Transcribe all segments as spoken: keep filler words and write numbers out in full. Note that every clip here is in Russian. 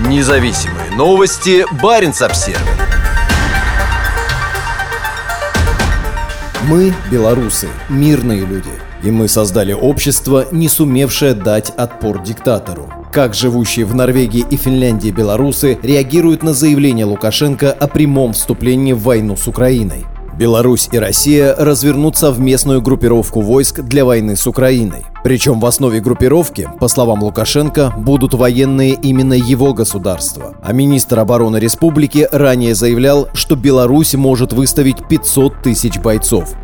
Независимые новости. Баренц-Обсервис. Мы, белорусы, мирные люди, и мы создали общество, не сумевшее дать отпор диктатору. Как живущие в Норвегии и Финляндии белорусы реагируют на заявление Лукашенко о прямом вступлении в войну с Украиной? Беларусь и Россия развернут совместную группировку войск для войны с Украиной. Причем в основе группировки, по словам Лукашенко, будут военные именно его государства. А министр обороны республики ранее заявлял, что Беларусь может выставить пятьсот тысяч бойцов.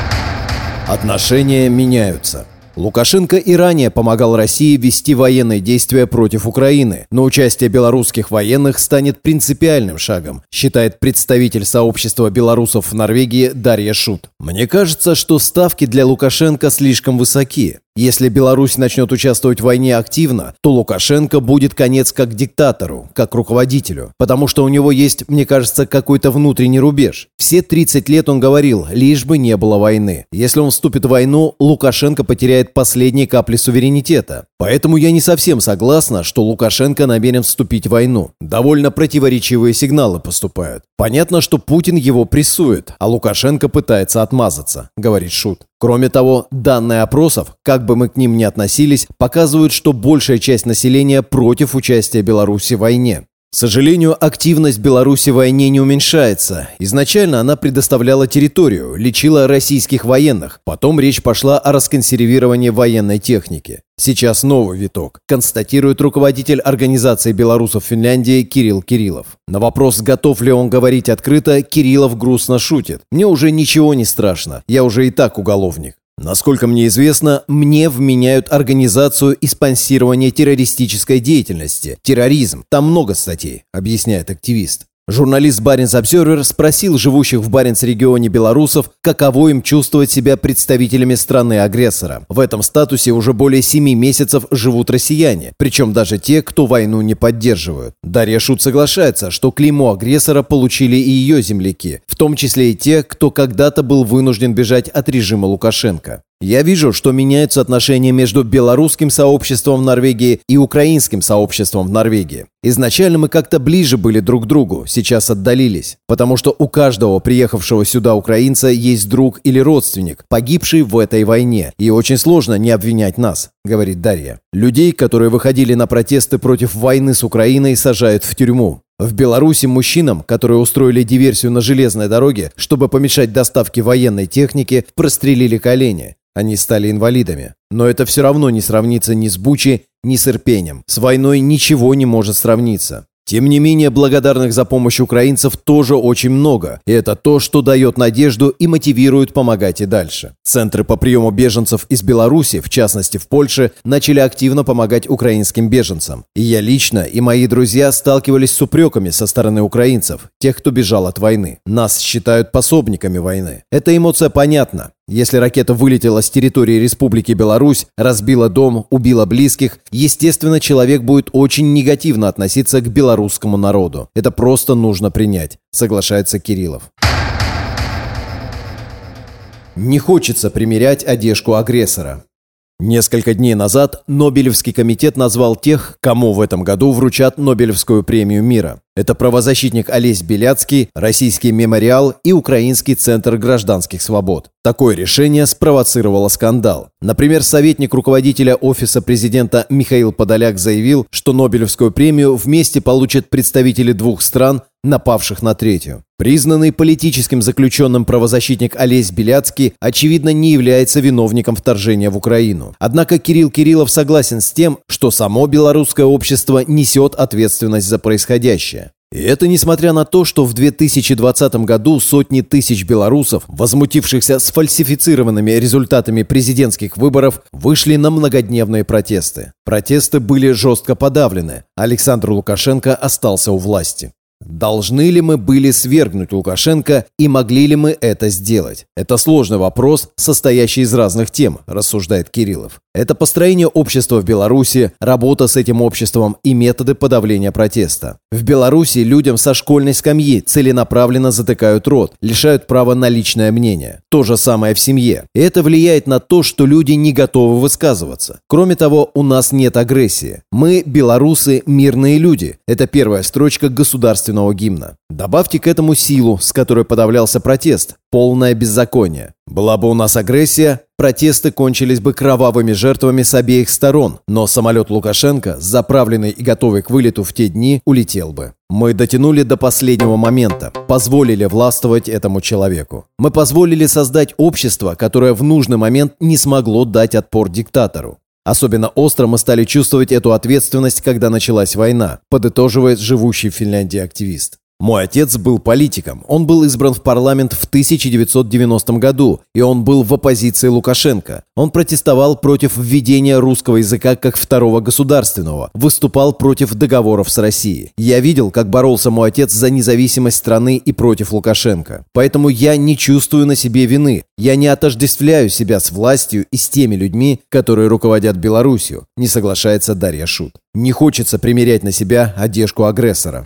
Отношения меняются. Лукашенко и ранее помогал России вести военные действия против Украины, но участие белорусских военных станет принципиальным шагом, считает представитель сообщества белорусов в Норвегии Дарья Шут. «Мне кажется, что ставки для Лукашенко слишком высоки. Если Беларусь начнет участвовать в войне активно, то Лукашенко будет конец как диктатору, как руководителю, потому что у него есть, мне кажется, какой-то внутренний рубеж. Все тридцать лет он говорил, лишь бы не было войны. Если он вступит в войну, Лукашенко потеряет последние капли суверенитета. Поэтому я не совсем согласна, что Лукашенко намерен вступить в войну. Довольно противоречивые сигналы поступают. Понятно, что Путин его прессует, а Лукашенко пытается отмазаться», — говорит Шут. Кроме того, данные опросов, как бы мы к ним ни относились, показывают, что большая часть населения против участия Беларуси в войне. К сожалению, активность Беларуси в войне не уменьшается. Изначально она предоставляла территорию, лечила российских военных. Потом речь пошла о расконсервировании военной техники. Сейчас новый виток, констатирует руководитель организации белорусов Финляндии Кирилл Кириллов. На вопрос, готов ли он говорить открыто, Кириллов грустно шутит. «Мне уже ничего не страшно, я уже и так уголовник. Насколько мне известно, мне вменяют организацию и спонсирование террористической деятельности. Терроризм. Там много статей», — объясняет активист. Журналист Баренц-Обсервис спросил живущих в Баренц-регионе белорусов, каково им чувствовать себя представителями страны-агрессора. В этом статусе уже более семи месяцев живут россияне, причем даже те, кто войну не поддерживают. Дарья Шут соглашается, что клеймо агрессора получили и ее земляки, в том числе и те, кто когда-то был вынужден бежать от режима Лукашенко. «Я вижу, что меняются отношения между белорусским сообществом в Норвегии и украинским сообществом в Норвегии. Изначально мы как-то ближе были друг к другу, сейчас отдалились, потому что у каждого приехавшего сюда украинца есть друг или родственник, погибший в этой войне, и очень сложно не обвинять нас», — говорит Дарья. Людей, которые выходили на протесты против войны с Украиной, сажают в тюрьму. В Беларуси мужчинам, которые устроили диверсию на железной дороге, чтобы помешать доставке военной техники, прострелили колени. Они стали инвалидами. Но это все равно не сравнится ни с Бучей, ни с Ирпенем. С войной ничего не может сравниться. Тем не менее, благодарных за помощь украинцев тоже очень много, и это то, что дает надежду и мотивирует помогать и дальше. Центры по приему беженцев из Беларуси, в частности в Польше, начали активно помогать украинским беженцам. И я лично, и мои друзья сталкивались с упреками со стороны украинцев, тех, кто бежал от войны. Нас считают пособниками войны. Эта эмоция понятна. Если ракета вылетела с территории Республики Беларусь, разбила дом, убила близких, естественно, человек будет очень негативно относиться к белорусскому народу. Это просто нужно принять, соглашается Кириллов. Не хочется примерять одежду агрессора. Несколько дней назад Нобелевский комитет назвал тех, кому в этом году вручат Нобелевскую премию мира. Это правозащитник Олесь Беляцкий, Российский мемориал и Украинский центр гражданских свобод. Такое решение спровоцировало скандал. Например, советник руководителя Офиса президента Михаил Подоляк заявил, что Нобелевскую премию вместе получат представители двух стран, напавших на третью. Признанный политическим заключенным правозащитник Олесь Беляцкий, очевидно, не является виновником вторжения в Украину. Однако Кирилл Кириллов согласен с тем, что само белорусское общество несет ответственность за происходящее. И это несмотря на то, что в две тысячи двадцатом году сотни тысяч белорусов, возмутившихся сфальсифицированными результатами президентских выборов, вышли на многодневные протесты. Протесты были жестко подавлены. Александр Лукашенко остался у власти. Должны ли мы были свергнуть Лукашенко и могли ли мы это сделать? Это сложный вопрос, состоящий из разных тем, рассуждает Кириллов. Это построение общества в Беларуси, работа с этим обществом и методы подавления протеста. В Беларуси людям со школьной скамьи целенаправленно затыкают рот, лишают права на личное мнение. То же самое в семье. И это влияет на то, что люди не готовы высказываться. Кроме того, у нас нет агрессии. Мы, белорусы, мирные люди. Это первая строчка государственного гимна. Добавьте к этому силу, с которой подавлялся протест. Полное беззаконие. Была бы у нас агрессия, протесты кончились бы кровавыми жертвами с обеих сторон, но самолет Лукашенко, заправленный и готовый к вылету в те дни, улетел бы. Мы дотянули до последнего момента, позволили властвовать этому человеку. Мы позволили создать общество, которое в нужный момент не смогло дать отпор диктатору. Особенно остро мы стали чувствовать эту ответственность, когда началась война, подытоживает живущий в Финляндии активист. Мой отец был политиком. Он был избран в парламент в тысяча девятьсот девяностом году, и он был в оппозиции Лукашенко. Он протестовал против введения русского языка как второго государственного, выступал против договоров с Россией. Я видел, как боролся мой отец за независимость страны и против Лукашенко. Поэтому я не чувствую на себе вины. Я не отождествляю себя с властью и с теми людьми, которые руководят Беларусью, не соглашается Дарья Шут. Не хочется примерять на себя одежду агрессора.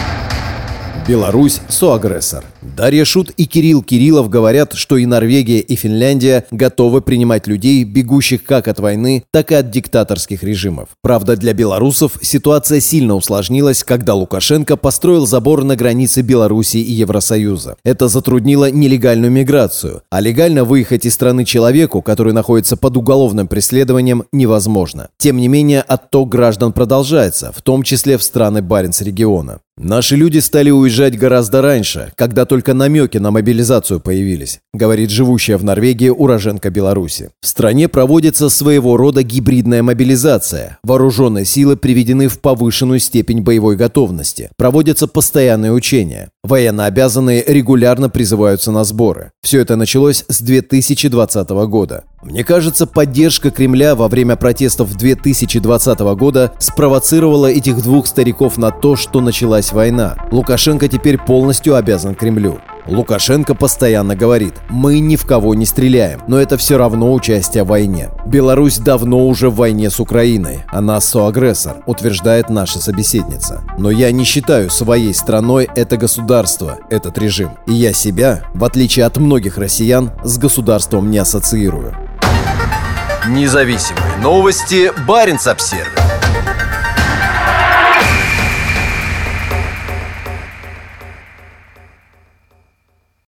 Беларусь – соагрессор. Дарья Шут и Кирилл Кириллов говорят, что и Норвегия, и Финляндия готовы принимать людей, бегущих как от войны, так и от диктаторских режимов. Правда, для белорусов ситуация сильно усложнилась, когда Лукашенко построил забор на границе Беларуси и Евросоюза. Это затруднило нелегальную миграцию, а легально выехать из страны человеку, который находится под уголовным преследованием, невозможно. Тем не менее, отток граждан продолжается, в том числе в страны Баренц-региона. Наши люди стали уезжать гораздо раньше, когда только намеки на мобилизацию появились, говорит живущая в Норвегии уроженка Беларуси. В стране проводится своего рода гибридная мобилизация. Вооруженные силы приведены в повышенную степень боевой готовности. Проводятся постоянные учения. Военнообязанные регулярно призываются на сборы. Все это началось с две тысячи двадцатого года. Мне кажется, поддержка Кремля во время протестов две тысячи двадцатого года спровоцировала этих двух стариков на то, что началась война. Лукашенко теперь полностью обязан Кремлю. Лукашенко постоянно говорит: «Мы ни в кого не стреляем, но это все равно участие в войне». Беларусь давно уже в войне с Украиной. Она соагрессор, утверждает наша собеседница. Но я не считаю своей страной это государство, этот режим. И я себя, в отличие от многих россиян, с государством не ассоциирую. Независимые новости. Баренц-Обсервис.